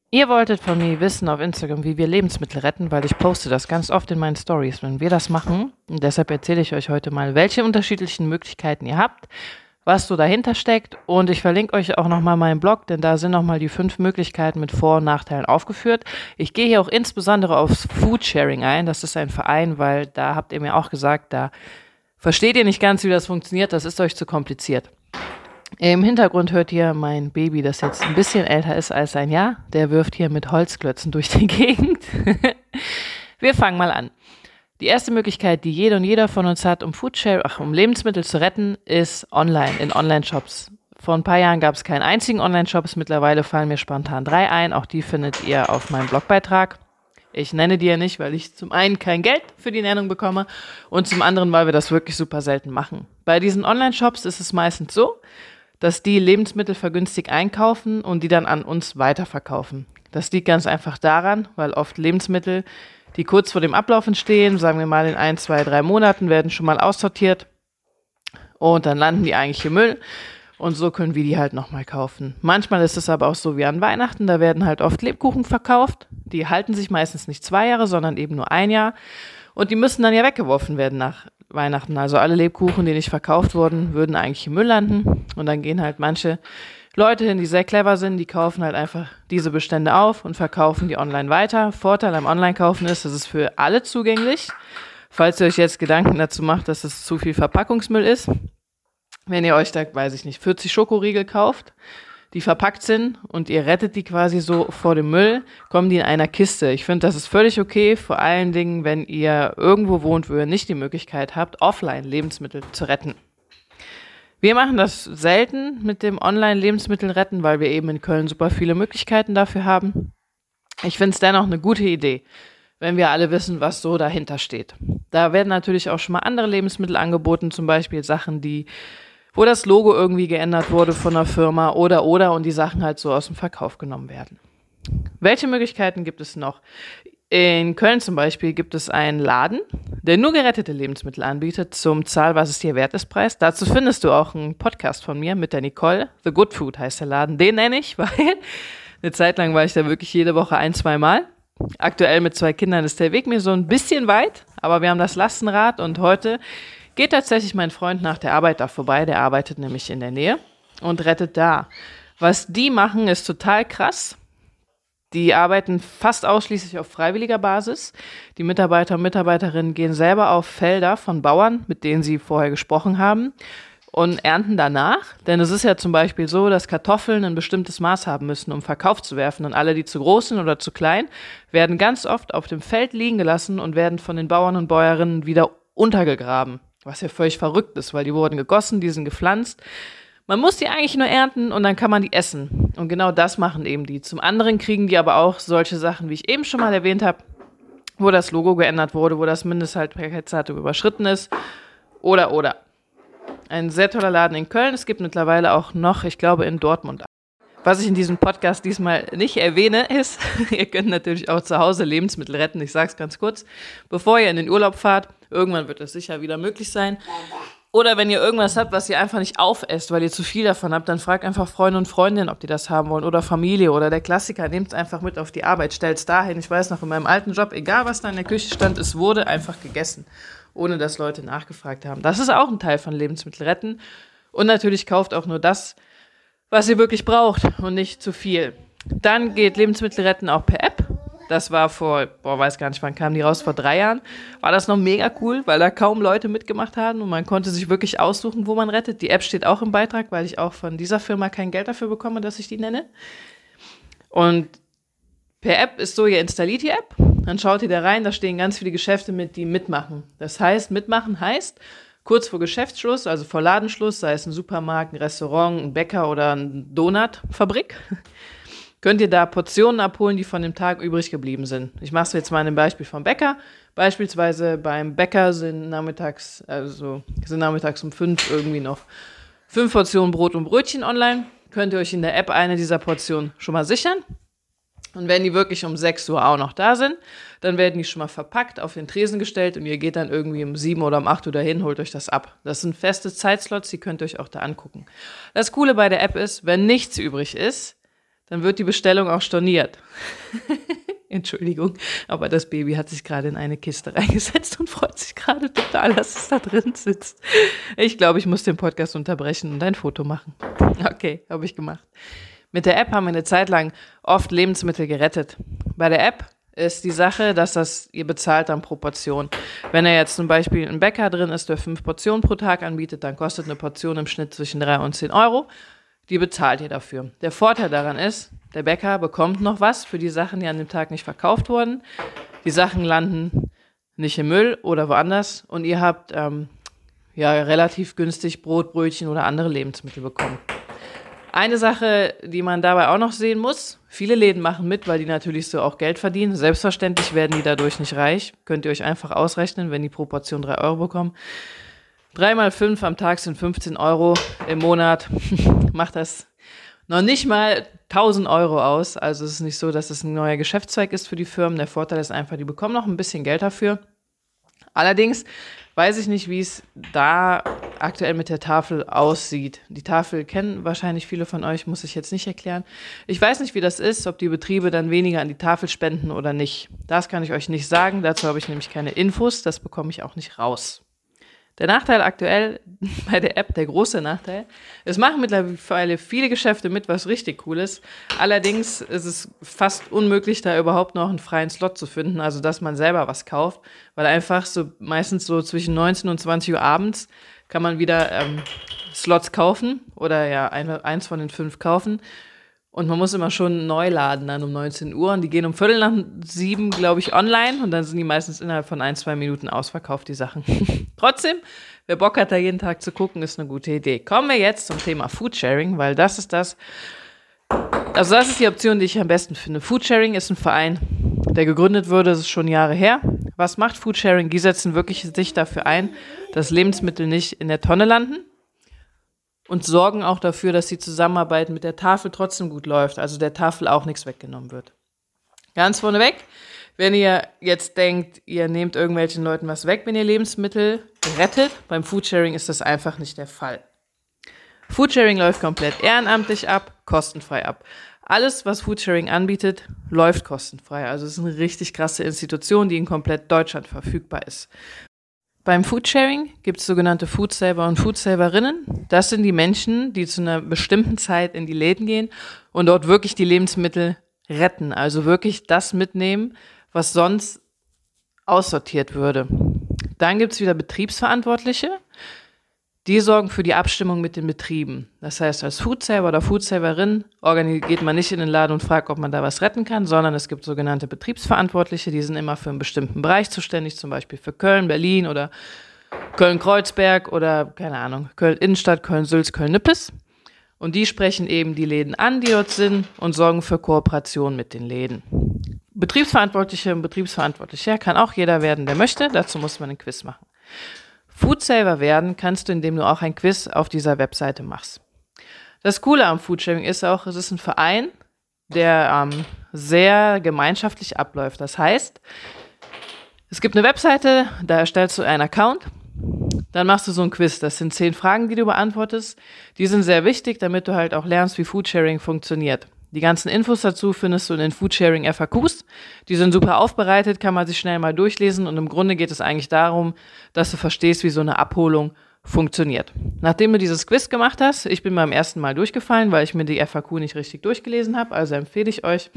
Ihr wolltet von mir wissen auf Instagram, wie wir Lebensmittel retten, weil ich poste das ganz oft in meinen Stories, wenn wir das machen. Und deshalb erzähle ich euch heute mal, welche unterschiedlichen Möglichkeiten ihr habt, was so dahinter steckt. Und ich verlinke euch auch nochmal meinen Blog, denn da sind nochmal die 5 Möglichkeiten mit Vor- und Nachteilen aufgeführt. Ich gehe hier auch insbesondere aufs Foodsharing ein. Das ist ein Verein, weil da habt ihr mir auch gesagt, da versteht ihr nicht ganz, wie das funktioniert. Das ist euch zu kompliziert. Im Hintergrund hört ihr mein Baby, das jetzt ein bisschen älter ist als ein Jahr. Der wirft hier mit Holzklötzen durch die Gegend. Wir fangen mal an. Die erste Möglichkeit, die jede und jeder von uns hat, um Lebensmittel zu retten, ist online, in Online-Shops. Vor ein paar Jahren gab es keinen einzigen Online-Shop, mittlerweile fallen mir spontan 3 ein. Auch die findet ihr auf meinem Blogbeitrag. Ich nenne die ja nicht, weil ich zum einen kein Geld für die Nennung bekomme und zum anderen, weil wir das wirklich super selten machen. Bei diesen Online-Shops ist es meistens so, dass die Lebensmittel vergünstigt einkaufen und die dann an uns weiterverkaufen. Das liegt ganz einfach daran, weil oft Lebensmittel, die kurz vor dem Ablaufen stehen, sagen wir mal in 1, 2, 3 Monaten, werden schon mal aussortiert und dann landen die eigentlich im Müll und so können wir die halt nochmal kaufen. Manchmal ist es aber auch so wie an Weihnachten, da werden halt oft Lebkuchen verkauft. Die halten sich meistens nicht 2 Jahre, sondern eben nur 1 Jahr und die müssen dann ja weggeworfen werden nach Weihnachten. Also alle Lebkuchen, die nicht verkauft wurden, würden eigentlich im Müll landen. Und dann gehen halt manche Leute hin, die sehr clever sind, die kaufen halt einfach diese Bestände auf und verkaufen die online weiter. Vorteil am Online-Kaufen ist, es ist für alle zugänglich. Falls ihr euch jetzt Gedanken dazu macht, dass es zu viel Verpackungsmüll ist, wenn ihr euch da, weiß ich nicht, 40 Schokoriegel kauft, die verpackt sind und ihr rettet die quasi so vor dem Müll, kommen die in einer Kiste. Ich finde, das ist völlig okay, vor allen Dingen, wenn ihr irgendwo wohnt, wo ihr nicht die Möglichkeit habt, offline Lebensmittel zu retten. Wir machen das selten mit dem Online-Lebensmittel retten, weil wir eben in Köln super viele Möglichkeiten dafür haben. Ich finde es dennoch eine gute Idee, wenn wir alle wissen, was so dahinter steht. Da werden natürlich auch schon mal andere Lebensmittel angeboten, zum Beispiel Sachen, wo das Logo irgendwie geändert wurde von der Firma oder und die Sachen halt so aus dem Verkauf genommen werden. Welche Möglichkeiten gibt es noch? In Köln zum Beispiel gibt es einen Laden, der nur gerettete Lebensmittel anbietet zum Zahl, was es dir wert ist, Preis. Dazu findest du auch einen Podcast von mir mit der Nicole. The Good Food heißt der Laden. Den nenne ich, weil eine Zeit lang war ich da wirklich jede Woche 1, 2 Mal. Aktuell mit 2 Kindern ist der Weg mir so ein bisschen weit, aber wir haben das Lastenrad und heute geht tatsächlich mein Freund nach der Arbeit da vorbei. Der arbeitet nämlich in der Nähe und rettet da. Was die machen, ist total krass. Die arbeiten fast ausschließlich auf freiwilliger Basis. Die Mitarbeiter und Mitarbeiterinnen gehen selber auf Felder von Bauern, mit denen sie vorher gesprochen haben, und ernten danach. Denn es ist ja zum Beispiel so, dass Kartoffeln ein bestimmtes Maß haben müssen, um verkauft zu werfen. Und alle, die zu groß sind oder zu klein, werden ganz oft auf dem Feld liegen gelassen und werden von den Bauern und Bäuerinnen wieder untergegraben. Was ja völlig verrückt ist, weil die wurden gegossen, die sind gepflanzt. Man muss die eigentlich nur ernten und dann kann man die essen. Und genau das machen eben die. Zum anderen kriegen die aber auch solche Sachen, wie ich eben schon mal erwähnt habe, wo das Logo geändert wurde, wo das Mindesthaltbarkeitsdatum überschritten ist oder. Ein sehr toller Laden in Köln. Es gibt mittlerweile auch noch, ich glaube, in Dortmund. Was ich in diesem Podcast diesmal nicht erwähne, ist, ihr könnt natürlich auch zu Hause Lebensmittel retten. Ich sage es ganz kurz. Bevor ihr in den Urlaub fahrt, irgendwann wird das sicher wieder möglich sein. Oder wenn ihr irgendwas habt, was ihr einfach nicht aufesst, weil ihr zu viel davon habt, dann fragt einfach Freunde und Freundinnen, ob die das haben wollen. Oder Familie oder der Klassiker. Nehmt es einfach mit auf die Arbeit, stellt es dahin. Ich weiß noch, in meinem alten Job, egal was da in der Küche stand, es wurde einfach gegessen, ohne dass Leute nachgefragt haben. Das ist auch ein Teil von Lebensmittel retten. Und natürlich kauft auch nur das, was ihr wirklich braucht und nicht zu viel. Dann geht Lebensmittel retten auch per App. Das war weiß gar nicht, wann kam die raus, vor 3 Jahren. War das noch mega cool, weil da kaum Leute mitgemacht haben und man konnte sich wirklich aussuchen, wo man rettet. Die App steht auch im Beitrag, weil ich auch von dieser Firma kein Geld dafür bekomme, dass ich die nenne. Und per App ist so, ihr installiert die App, dann schaut ihr da rein, da stehen ganz viele Geschäfte mit, die mitmachen. Das heißt, mitmachen heißt, kurz vor Geschäftsschluss, also vor Ladenschluss, sei es ein Supermarkt, ein Restaurant, ein Bäcker oder eine Donutfabrik, könnt ihr da Portionen abholen, die von dem Tag übrig geblieben sind. Ich mache es jetzt mal in dem Beispiel vom Bäcker. Beispielsweise beim Bäcker sind nachmittags um 5 irgendwie noch 5 Portionen Brot und Brötchen online. Könnt ihr euch in der App eine dieser Portionen schon mal sichern. Und wenn die wirklich um 6 Uhr auch noch da sind, dann werden die schon mal verpackt, auf den Tresen gestellt und ihr geht dann irgendwie um 7 oder um 8 Uhr dahin, holt euch das ab. Das sind feste Zeitslots, die könnt ihr euch auch da angucken. Das Coole bei der App ist, wenn nichts übrig ist, dann wird die Bestellung auch storniert. Entschuldigung, aber das Baby hat sich gerade in eine Kiste reingesetzt und freut sich gerade total, dass es da drin sitzt. Ich glaube, ich muss den Podcast unterbrechen und ein Foto machen. Okay, habe ich gemacht. Mit der App haben wir eine Zeit lang oft Lebensmittel gerettet. Bei der App ist die Sache, dass ihr bezahlt dann pro Portion. Wenn er jetzt zum Beispiel ein Bäcker drin ist, der 5 Portionen pro Tag anbietet, dann kostet eine Portion im Schnitt zwischen 3 und 10 Euro. Die bezahlt ihr dafür. Der Vorteil daran ist, der Bäcker bekommt noch was für die Sachen, die an dem Tag nicht verkauft wurden. Die Sachen landen nicht im Müll oder woanders und ihr habt relativ günstig Brot, Brötchen oder andere Lebensmittel bekommen. Eine Sache, die man dabei auch noch sehen muss, viele Läden machen mit, weil die natürlich so auch Geld verdienen. Selbstverständlich werden die dadurch nicht reich. Könnt ihr euch einfach ausrechnen, wenn die pro Portion 3 Euro bekommen. 3 mal 5 am Tag sind 15 Euro im Monat. Macht das noch nicht mal 1000 Euro aus. Also es ist nicht so, dass es ein neuer Geschäftszweig ist für die Firmen. Der Vorteil ist einfach, die bekommen noch ein bisschen Geld dafür. Allerdings weiß ich nicht, wie es da aktuell mit der Tafel aussieht. Die Tafel kennen wahrscheinlich viele von euch, muss ich jetzt nicht erklären. Ich weiß nicht, wie das ist, ob die Betriebe dann weniger an die Tafel spenden oder nicht. Das kann ich euch nicht sagen. Dazu habe ich nämlich keine Infos. Das bekomme ich auch nicht raus. Der Nachteil aktuell bei der App, der große Nachteil, es machen mittlerweile viele Geschäfte mit, was richtig cool ist. Allerdings ist es fast unmöglich, da überhaupt noch einen freien Slot zu finden, also dass man selber was kauft, weil einfach so meistens so zwischen 19 und 20 Uhr abends kann man wieder Slots kaufen oder ja eins von den 5 kaufen. Und man muss immer schon neu laden dann um 19 Uhr und die gehen um 6:15, glaube ich, online und dann sind die meistens innerhalb von 1-2 Minuten ausverkauft, die Sachen. Trotzdem, wer Bock hat, da jeden Tag zu gucken, ist eine gute Idee. Kommen wir jetzt zum Thema Foodsharing, weil das ist die Option, die ich am besten finde. Foodsharing ist ein Verein, der gegründet wurde, das ist schon Jahre her. Was macht Foodsharing? Die setzen wirklich sich dafür ein, dass Lebensmittel nicht in der Tonne landen. Und sorgen auch dafür, dass die Zusammenarbeit mit der Tafel trotzdem gut läuft, also der Tafel auch nichts weggenommen wird. Ganz vorneweg, wenn ihr jetzt denkt, ihr nehmt irgendwelchen Leuten was weg, wenn ihr Lebensmittel rettet, beim Foodsharing ist das einfach nicht der Fall. Foodsharing läuft komplett ehrenamtlich ab, kostenfrei ab. Alles, was Foodsharing anbietet, läuft kostenfrei. Also es ist eine richtig krasse Institution, die in komplett Deutschland verfügbar ist. Beim Foodsharing gibt es sogenannte Foodsaver und Foodsaverinnen. Das sind die Menschen, die zu einer bestimmten Zeit in die Läden gehen und dort wirklich die Lebensmittel retten. Also wirklich das mitnehmen, was sonst aussortiert würde. Dann gibt es wieder Betriebsverantwortliche. Die sorgen für die Abstimmung mit den Betrieben. Das heißt, als Foodsaver oder Foodsaverin geht man nicht in den Laden und fragt, ob man da was retten kann, sondern es gibt sogenannte Betriebsverantwortliche, die sind immer für einen bestimmten Bereich zuständig, zum Beispiel für Köln, Berlin oder Köln-Kreuzberg oder, keine Ahnung, Köln-Innenstadt, Köln-Sülz, Köln-Nippes. Und die sprechen eben die Läden an, die dort sind und sorgen für Kooperation mit den Läden. Betriebsverantwortliche und Betriebsverantwortlicher kann auch jeder werden, der möchte. Dazu muss man einen Quiz machen. Foodsaver werden kannst du, indem du auch ein Quiz auf dieser Webseite machst. Das Coole am Foodsharing ist auch, es ist ein Verein, der sehr gemeinschaftlich abläuft. Das heißt, es gibt eine Webseite, da erstellst du einen Account, dann machst du so ein Quiz. Das sind 10 Fragen, die du beantwortest. Die sind sehr wichtig, damit du halt auch lernst, wie Foodsharing funktioniert. Die ganzen Infos dazu findest du in den Foodsharing FAQs. Die sind super aufbereitet, kann man sich schnell mal durchlesen und im Grunde geht es eigentlich darum, dass du verstehst, wie so eine Abholung funktioniert. Nachdem du dieses Quiz gemacht hast, ich bin beim ersten Mal durchgefallen, weil ich mir die FAQ nicht richtig durchgelesen habe, also empfehle ich euch,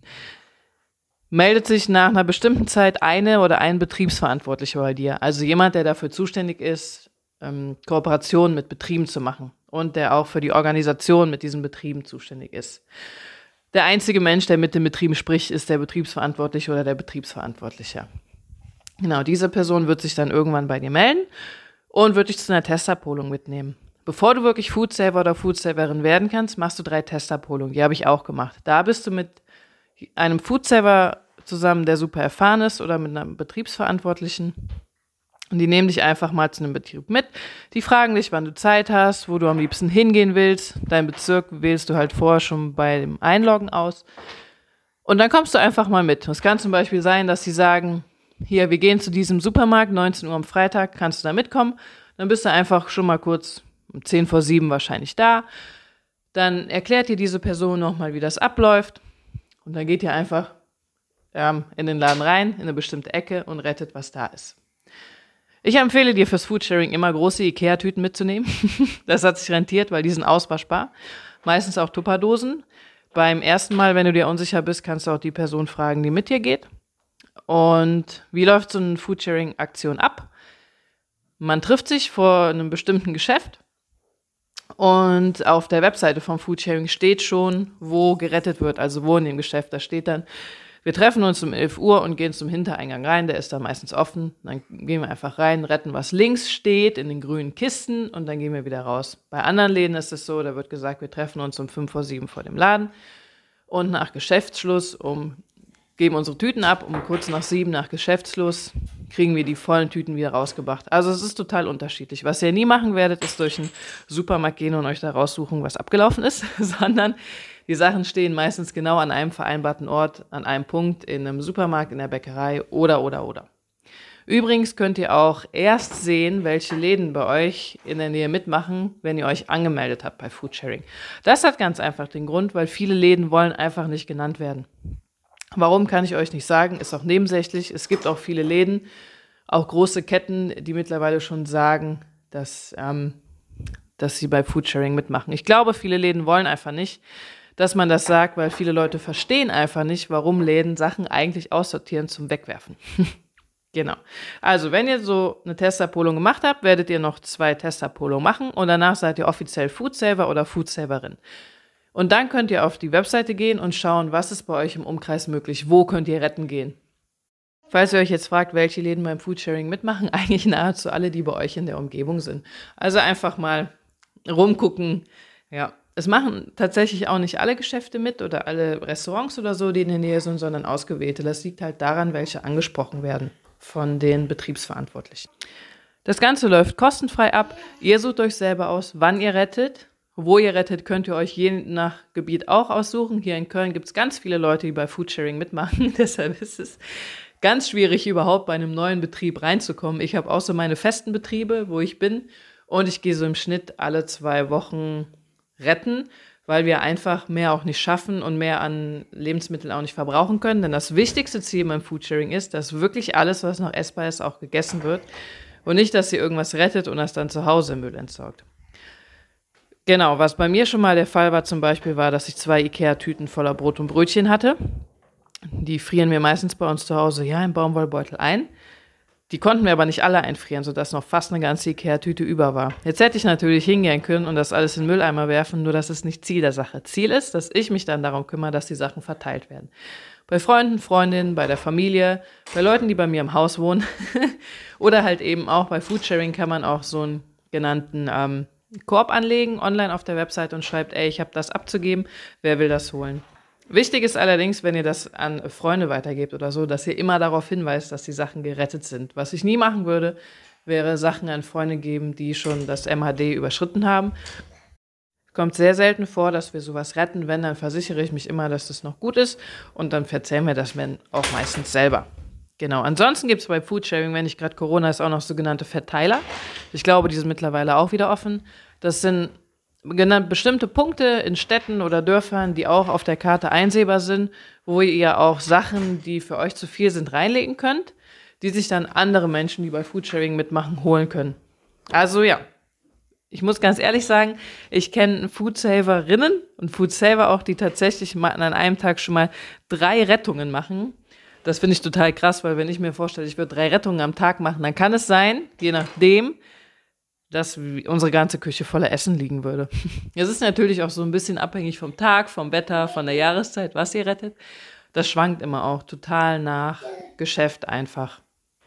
meldet sich nach einer bestimmten Zeit eine oder ein Betriebsverantwortlicher bei dir. Also jemand, der dafür zuständig ist, Kooperationen mit Betrieben zu machen und der auch für die Organisation mit diesen Betrieben zuständig ist. Der einzige Mensch, der mit den Betrieben spricht, ist der Betriebsverantwortliche oder der Betriebsverantwortliche. Genau, diese Person wird sich dann irgendwann bei dir melden und wird dich zu einer Testabholung mitnehmen. Bevor du wirklich Foodsaver oder Foodsaverin werden kannst, machst du 3 Testabholungen. Die habe ich auch gemacht. Da bist du mit einem Foodsaver zusammen, der super erfahren ist, oder mit einem Betriebsverantwortlichen. Und die nehmen dich einfach mal zu einem Betrieb mit. Die fragen dich, wann du Zeit hast, wo du am liebsten hingehen willst. Deinen Bezirk wählst du halt vorher schon bei dem Einloggen aus. Und dann kommst du einfach mal mit. Es kann zum Beispiel sein, dass sie sagen, hier, wir gehen zu diesem Supermarkt, 19 Uhr am Freitag, kannst du da mitkommen? Dann bist du einfach schon mal kurz um 6:50 wahrscheinlich da. Dann erklärt dir diese Person nochmal, wie das abläuft. Und dann geht ihr einfach in den Laden rein, in eine bestimmte Ecke und rettet, was da ist. Ich empfehle dir fürs Foodsharing immer große Ikea-Tüten mitzunehmen. Das hat sich rentiert, weil die sind auswaschbar. Meistens auch Tupperdosen. Beim ersten Mal, wenn du dir unsicher bist, kannst du auch die Person fragen, die mit dir geht. Und wie läuft so eine Foodsharing-Aktion ab? Man trifft sich vor einem bestimmten Geschäft und auf der Webseite vom Foodsharing steht schon, wo gerettet wird, also wo in dem Geschäft. Da steht dann, wir treffen uns um 11 Uhr und gehen zum Hintereingang rein, der ist da meistens offen. Dann gehen wir einfach rein, retten, was links steht, in den grünen Kisten und dann gehen wir wieder raus. Bei anderen Läden ist es so, da wird gesagt, wir treffen uns um 5:07 vor dem Laden und nach Geschäftsschluss geben unsere Tüten ab, um kurz nach 7 nach Geschäftsschluss kriegen wir die vollen Tüten wieder rausgebracht. Also es ist total unterschiedlich. Was ihr nie machen werdet, ist durch einen Supermarkt gehen und euch da raussuchen, was abgelaufen ist, sondern die Sachen stehen meistens genau an einem vereinbarten Ort, an einem Punkt, in einem Supermarkt, in der Bäckerei oder. Übrigens könnt ihr auch erst sehen, welche Läden bei euch in der Nähe mitmachen, wenn ihr euch angemeldet habt bei Foodsharing. Das hat ganz einfach den Grund, weil viele Läden wollen einfach nicht genannt werden. Warum, kann ich euch nicht sagen, ist auch nebensächlich. Es gibt auch viele Läden, auch große Ketten, die mittlerweile schon sagen, dass sie bei Foodsharing mitmachen. Ich glaube, viele Läden wollen einfach nicht, dass man das sagt, weil viele Leute verstehen einfach nicht, warum Läden Sachen eigentlich aussortieren zum Wegwerfen. Genau. Also, wenn ihr so eine Testabholung gemacht habt, werdet ihr noch 2 Testabholungen machen und danach seid ihr offiziell Foodsaver oder Foodsaverin. Und dann könnt ihr auf die Webseite gehen und schauen, was ist bei euch im Umkreis möglich, wo könnt ihr retten gehen. Falls ihr euch jetzt fragt, welche Läden beim Foodsharing mitmachen, eigentlich nahezu alle, die bei euch in der Umgebung sind. Also einfach mal rumgucken. Ja, es machen tatsächlich auch nicht alle Geschäfte mit oder alle Restaurants oder so, die in der Nähe sind, sondern ausgewählte. Das liegt halt daran, welche angesprochen werden von den Betriebsverantwortlichen. Das Ganze läuft kostenfrei ab. Ihr sucht euch selber aus, wann ihr rettet. Wo ihr rettet, könnt ihr euch je nach Gebiet auch aussuchen. Hier in Köln gibt es ganz viele Leute, die bei Foodsharing mitmachen. Deshalb ist es ganz schwierig, überhaupt bei einem neuen Betrieb reinzukommen. Ich habe auch so meine festen Betriebe, wo ich bin. Und ich gehe so im Schnitt alle 2 Wochen retten, weil wir einfach mehr auch nicht schaffen und mehr an Lebensmitteln auch nicht verbrauchen können. Denn das wichtigste Ziel beim Foodsharing ist, dass wirklich alles, was noch essbar ist, auch gegessen wird. Und nicht, dass ihr irgendwas rettet und das dann zu Hause im Müll entsorgt. Genau, was bei mir schon mal der Fall war zum Beispiel, war, dass ich 2 Ikea-Tüten voller Brot und Brötchen hatte. Die frieren wir meistens bei uns zu Hause im Baumwollbeutel ein. Die konnten wir aber nicht alle einfrieren, sodass noch fast eine ganze Ikea-Tüte über war. Jetzt hätte ich natürlich hingehen können und das alles in den Mülleimer werfen, nur das ist nicht Ziel der Sache. Ziel ist, dass ich mich dann darum kümmere, dass die Sachen verteilt werden. Bei Freunden, Freundinnen, bei der Familie, bei Leuten, die bei mir im Haus wohnen oder halt eben auch bei Foodsharing kann man auch so einen genannten Korb anlegen, online auf der Website und schreibt, ich habe das abzugeben, wer will das holen? Wichtig ist allerdings, wenn ihr das an Freunde weitergebt oder so, dass ihr immer darauf hinweist, dass die Sachen gerettet sind. Was ich nie machen würde, wäre Sachen an Freunde geben, die schon das MHD überschritten haben. Kommt sehr selten vor, dass wir sowas retten. Wenn, dann versichere ich mich immer, dass das noch gut ist und dann verzeihen wir das auch meistens selber. Genau, ansonsten gibt es bei Foodsharing, wenn nicht gerade Corona ist, auch noch sogenannte Verteiler. Ich glaube, die sind mittlerweile auch wieder offen. Das sind bestimmte Punkte in Städten oder Dörfern, die auch auf der Karte einsehbar sind, wo ihr auch Sachen, die für euch zu viel sind, reinlegen könnt, die sich dann andere Menschen, die bei Foodsharing mitmachen, holen können. Also ja, ich muss ganz ehrlich sagen, ich kenne Foodsaverinnen und Foodsaver auch, die tatsächlich an einem Tag schon mal 3 Rettungen machen. Das finde ich total krass, weil wenn ich mir vorstelle, ich würde 3 Rettungen am Tag machen, dann kann es sein, je nachdem, dass unsere ganze Küche voller Essen liegen würde. Es ist natürlich auch so ein bisschen abhängig vom Tag, vom Wetter, von der Jahreszeit, was ihr rettet. Das schwankt immer auch total nach Geschäft einfach.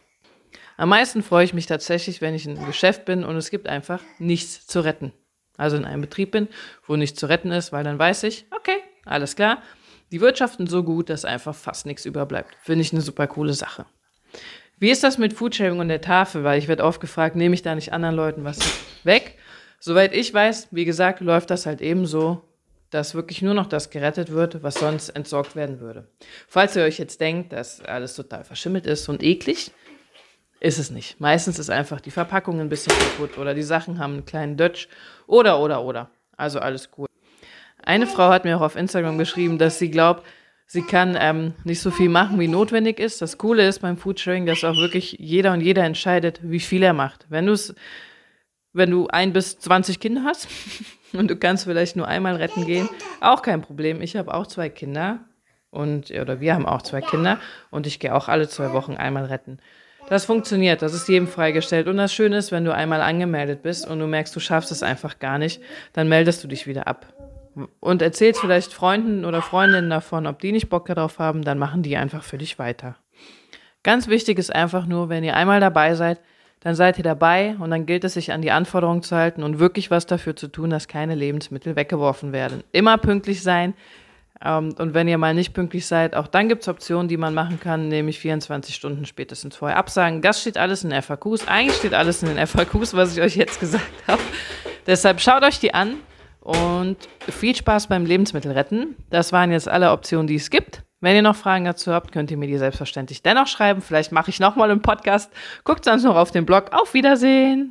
Am meisten freue ich mich tatsächlich, wenn ich in einem Geschäft bin und es gibt einfach nichts zu retten. Also in einem Betrieb bin, wo nichts zu retten ist, weil dann weiß ich, okay, alles klar, die wirtschaften so gut, dass einfach fast nichts überbleibt. Finde ich eine super coole Sache. Wie ist das mit Foodsharing und der Tafel? Weil ich werde oft gefragt, nehme ich da nicht anderen Leuten was weg? Soweit ich weiß, wie gesagt, läuft das halt eben so, dass wirklich nur noch das gerettet wird, was sonst entsorgt werden würde. Falls ihr euch jetzt denkt, dass alles total verschimmelt ist und eklig, ist es nicht. Meistens ist einfach die Verpackung ein bisschen kaputt oder die Sachen haben einen kleinen Dötsch oder. Also alles cool. Eine Frau hat mir auch auf Instagram geschrieben, dass sie glaubt, sie kann nicht so viel machen, wie notwendig ist. Das Coole ist beim Foodsharing, dass auch wirklich jeder und jeder entscheidet, wie viel er macht. Wenn du 1 bis 20 Kinder hast und du kannst vielleicht nur einmal retten gehen, auch kein Problem. Ich habe auch 2 Kinder oder wir haben auch 2 Kinder und ich gehe auch alle 2 Wochen einmal retten. Das funktioniert, das ist jedem freigestellt. Und das Schöne ist, wenn du einmal angemeldet bist und du merkst, du schaffst es einfach gar nicht, dann meldest du dich wieder ab. Und erzählst vielleicht Freunden oder Freundinnen davon, ob die nicht Bock darauf haben, dann machen die einfach für dich weiter. Ganz wichtig ist einfach nur, wenn ihr einmal dabei seid, dann seid ihr dabei und dann gilt es, sich an die Anforderungen zu halten und wirklich was dafür zu tun, dass keine Lebensmittel weggeworfen werden. Immer pünktlich sein. Und wenn ihr mal nicht pünktlich seid, auch dann gibt es Optionen, die man machen kann, nämlich 24 Stunden spätestens vorher absagen. Das steht alles in den FAQs. Eigentlich steht alles in den FAQs, was ich euch jetzt gesagt habe. Deshalb schaut euch die an und viel Spaß beim Lebensmittelretten. Das waren jetzt alle Optionen, die es gibt. Wenn ihr noch Fragen dazu habt, könnt ihr mir die selbstverständlich dennoch schreiben. Vielleicht mache ich nochmal einen Podcast. Guckt sonst noch auf den Blog. Auf Wiedersehen!